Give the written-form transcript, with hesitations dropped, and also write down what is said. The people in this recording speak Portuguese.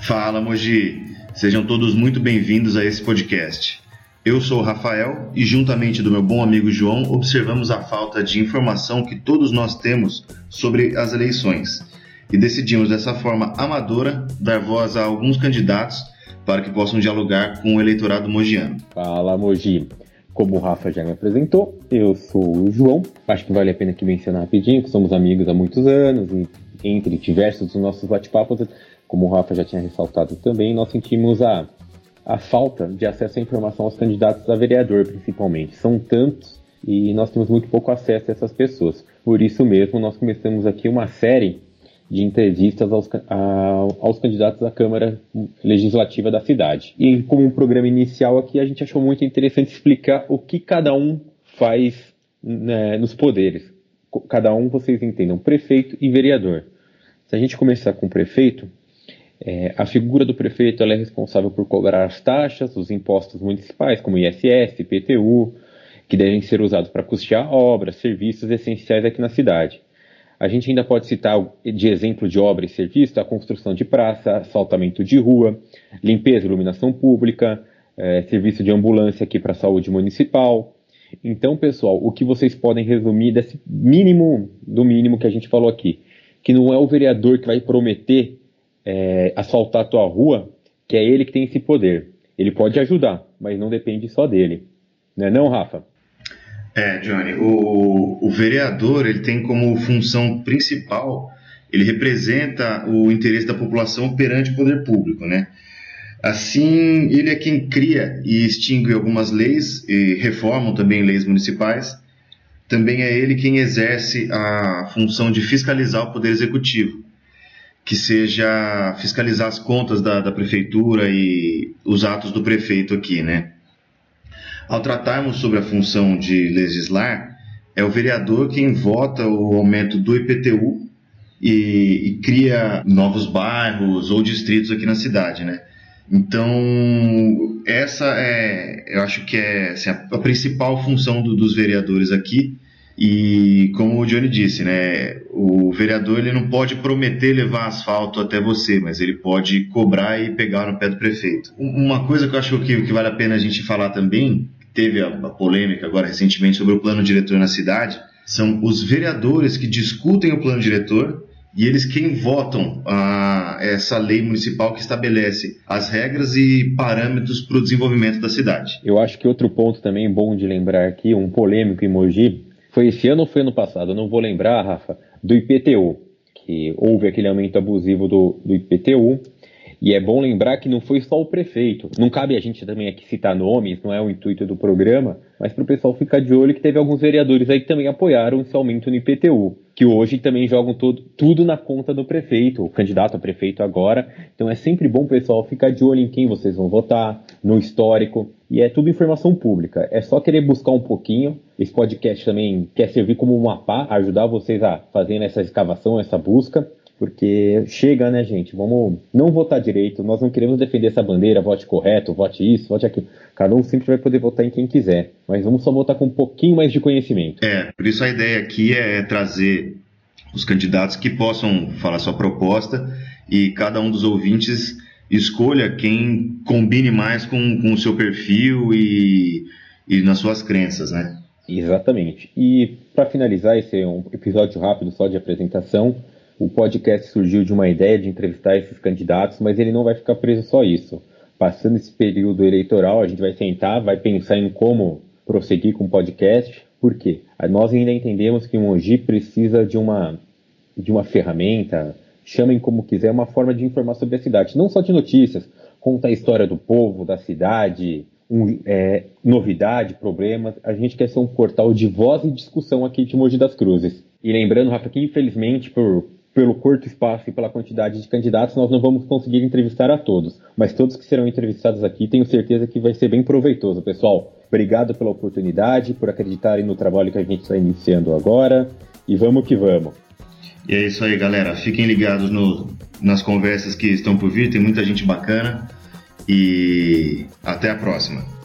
Fala, Mogi! Sejam todos muito bem-vindos a esse podcast. Eu sou o Rafael e, juntamente do meu bom amigo João, observamos a falta de informação que todos nós temos sobre as eleições e decidimos, dessa forma amadora, dar voz a alguns candidatos para que possam dialogar com o eleitorado mogiano. Fala, Mogi! Como o Rafa já me apresentou, eu sou o João. Acho que vale a pena aqui mencionar rapidinho que somos amigos há muitos anos e, entre diversos dos nossos bate-papos, como o Rafa já tinha ressaltado também, nós sentimos a falta de acesso à informação aos candidatos a vereador, principalmente. São tantos e nós temos muito pouco acesso a essas pessoas. Por isso mesmo, nós começamos aqui uma série de entrevistas aos candidatos à Câmara Legislativa da cidade. E como um programa inicial aqui, a gente achou muito interessante explicar o que cada um faz, né, nos poderes. Cada um, vocês entendam, prefeito e vereador. Se a gente começar com o prefeito, a figura do prefeito ela é responsável por cobrar as taxas, os impostos municipais, como ISS, IPTU, que devem ser usados para custear obras, serviços essenciais aqui na cidade. A gente ainda pode citar de exemplo de obra e serviço a construção de praça, asfaltamento de rua, limpeza e iluminação pública, serviço de ambulância aqui para a saúde municipal. Então, pessoal, o que vocês podem resumir desse mínimo do mínimo que a gente falou aqui, que não é o vereador que vai prometer asfaltar a tua rua, que é ele que tem esse poder. Ele pode ajudar, mas não depende só dele. Não é não, Rafa? Johnny, o vereador ele tem como função principal, ele representa o interesse da população perante o poder público, né? Assim, ele é quem cria e extingue algumas leis e reforma também leis municipais. Também é ele quem exerce a função de fiscalizar o poder executivo, que seja fiscalizar as contas da prefeitura e os atos do prefeito aqui, né? Ao tratarmos sobre a função de legislar, é o vereador quem vota o aumento do IPTU e cria novos bairros ou distritos aqui na cidade, né? Então, essa eu acho que é assim, a principal função dos vereadores aqui. E como o Johnny disse, né, o vereador ele não pode prometer levar asfalto até você, mas ele pode cobrar e pegar no pé do prefeito. Uma coisa que eu acho que vale a pena a gente falar também, teve a polêmica agora recentemente sobre o plano diretor na cidade, são os vereadores que discutem o plano diretor e eles quem votam essa lei municipal que estabelece as regras e parâmetros para o desenvolvimento da cidade. Eu acho que outro ponto também bom de lembrar aqui, um polêmico em Mogi, foi esse ano ou foi ano passado? Eu não vou lembrar, Rafa, do IPTU, que houve aquele aumento abusivo do IPTU, e é bom lembrar que não foi só o prefeito. Não cabe a gente também aqui citar nomes, não é o intuito do programa, mas para o pessoal ficar de olho que teve alguns vereadores aí que também apoiaram esse aumento no IPTU, que hoje também jogam tudo na conta do prefeito, o candidato a prefeito agora. Então é sempre bom, pessoal, ficar de olho em quem vocês vão votar, no histórico, e é tudo informação pública. É só querer buscar um pouquinho. Esse podcast também quer servir como um mapa, ajudar vocês a fazerem essa escavação, essa busca, porque chega, né, gente? Vamos não votar direito, nós não queremos defender essa bandeira, vote correto, vote isso, vote aquilo. Cada um sempre vai poder votar em quem quiser, mas vamos só votar com um pouquinho mais de conhecimento. Por isso a ideia aqui é trazer os candidatos que possam falar sua proposta e cada um dos ouvintes escolha quem combine mais com o seu perfil e nas suas crenças, né? Exatamente. E para finalizar, esse é um episódio rápido só de apresentação. O podcast surgiu de uma ideia de entrevistar esses candidatos, mas ele não vai ficar preso só a isso. Passando esse período eleitoral, a gente vai sentar, vai pensar em como prosseguir com o podcast. Por quê? Nós ainda entendemos que o Mogi precisa de uma ferramenta, chamem como quiser, uma forma de informar sobre a cidade. Não só de notícias, contar a história do povo, da cidade, novidade, problemas. A gente quer ser um portal de voz e discussão aqui de Mogi das Cruzes. E lembrando, Rafa, que infelizmente, pelo curto espaço e pela quantidade de candidatos, nós não vamos conseguir entrevistar a todos. Mas todos que serão entrevistados aqui, tenho certeza que vai ser bem proveitoso, pessoal. Obrigado pela oportunidade, por acreditarem no trabalho que a gente está iniciando agora. E vamos que vamos. E é isso aí, galera. Fiquem ligados nas conversas que estão por vir. Tem muita gente bacana. E até a próxima.